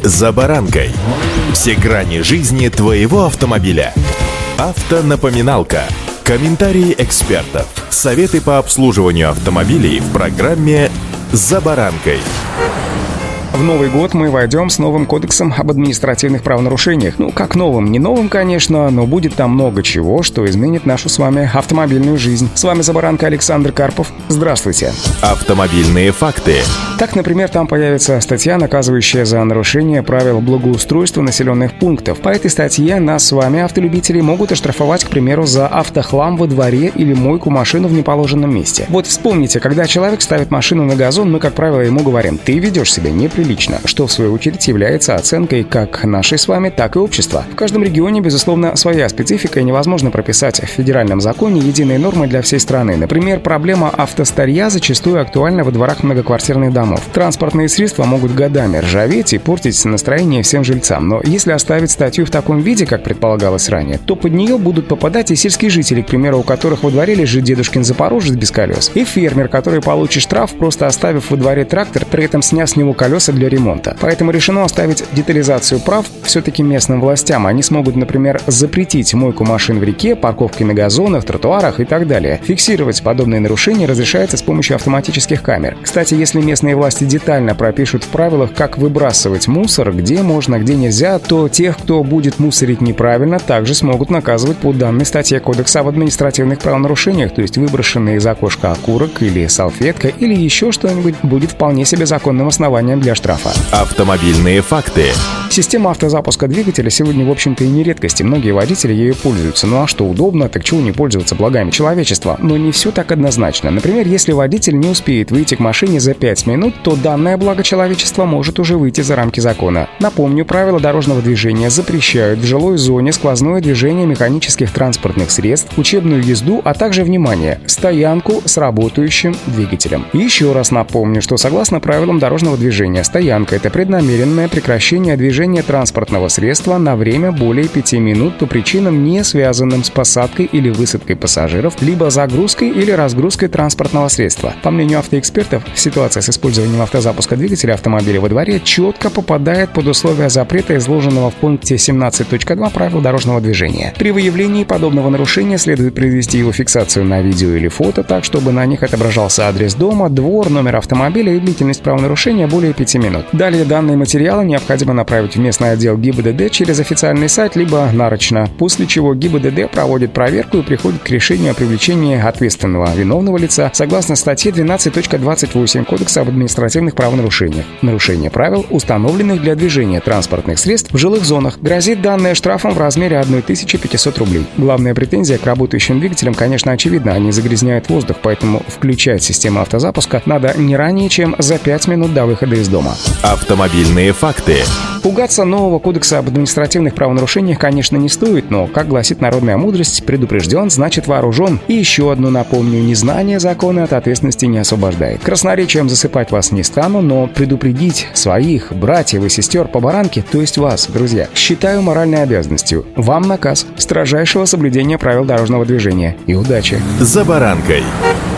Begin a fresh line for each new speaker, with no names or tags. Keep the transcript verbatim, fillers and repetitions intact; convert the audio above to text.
«За баранкой». Все грани жизни твоего автомобиля. Автонапоминалка. Комментарии экспертов. Советы по обслуживанию автомобилей в программе «За баранкой».
В Новый год мы войдем с новым кодексом об административных правонарушениях. Ну, как новым? Не новым, конечно, но будет там много чего, что изменит нашу с вами автомобильную жизнь. С вами «За баранкой» Александр Карпов. Здравствуйте.
Автомобильные факты.
Так, например, там появится статья, наказывающая за нарушение правил благоустройства населенных пунктов. По этой статье нас с вами, автолюбители, могут оштрафовать, к примеру, за автохлам во дворе или мойку машины в неположенном месте. Вот вспомните, когда человек ставит машину на газон, мы, как правило, ему говорим: «Ты ведешь себя неприлично», что, в свою очередь, является оценкой как нашей с вами, так и общества. В каждом регионе, безусловно, своя специфика, и невозможно прописать в федеральном законе единые нормы для всей страны. Например, проблема автостарья зачастую актуальна во дворах многоквартирных домов. Транспортные средства могут годами ржаветь и портить настроение всем жильцам. Но если оставить статью в таком виде, как предполагалось ранее, то под нее будут попадать и сельские жители, к примеру, у которых во дворе лежит дедушкин Запорожец без колес, и фермер, который получит штраф, просто оставив во дворе трактор, при этом сняв с него колеса для ремонта. Поэтому решено оставить детализацию прав все-таки местным властям. Они смогут, например, запретить мойку машин в реке, парковки на газонах, тротуарах и так далее. Фиксировать подобные нарушения разрешается с помощью автоматических камер. Кстати, если местные власти детально пропишут в правилах, как выбрасывать мусор, где можно, где нельзя, то тех, кто будет мусорить неправильно, также смогут наказывать по данной статье Кодекса об административных правонарушениях, то есть выброшенный из окошка окурок или салфетка или еще что-нибудь будет вполне себе законным основанием для штрафа.
Автомобильные факты.
Система автозапуска двигателя сегодня, в общем-то, и не редкость, и многие водители ею пользуются. Ну а что удобно, так чего не пользоваться благами человечества? Но не все так однозначно. Например, если водитель не успеет выйти к машине за пять минут, то данное благо человечества может уже выйти за рамки закона. Напомню, правила дорожного движения запрещают в жилой зоне сквозное движение механических транспортных средств, учебную езду, а также, внимание, стоянку с работающим двигателем. И еще раз напомню, что согласно правилам дорожного движения, стоянка — это преднамеренное прекращение движения транспортного средства на время более пяти минут по причинам, не связанным с посадкой или высадкой пассажиров, либо загрузкой или разгрузкой транспортного средства. По мнению автоэкспертов, ситуация с использованием автозапуска двигателя автомобиля во дворе четко попадает под условия запрета, изложенного в пункте семнадцать точка два правил дорожного движения. При выявлении подобного нарушения следует произвести его фиксацию на видео или фото так, чтобы на них отображался адрес дома, двор, номер автомобиля и длительность правонарушения более пяти минут. Далее данные материалы необходимо направить в местный отдел ГИБДД через официальный сайт, либо нарочно, после чего ГИБДД проводит проверку и приходит к решению о привлечении ответственного виновного лица согласно статье двенадцать точка двадцать восемь Кодекса об административных правонарушениях. Нарушение правил, установленных для движения транспортных средств в жилых зонах. Грозит данное штрафом в размере тысяча пятьсот рублей. Главная претензия к работающим двигателям, конечно, очевидна. Они загрязняют воздух, поэтому включать систему автозапуска надо не ранее, чем за пять минут до выхода из дома.
Автомобильные факты.
Пугаться нового кодекса об административных правонарушениях, конечно, не стоит, но, как гласит народная мудрость, предупрежден, значит вооружен. И еще одно напомню: незнание закона от ответственности не освобождает. Красноречием засыпать вас не стану, но предупредить своих братьев и сестер по баранке, то есть вас, друзья, считаю моральной обязанностью. Вам наказ строжайшего соблюдения правил дорожного движения. И удачи!
«За баранкой».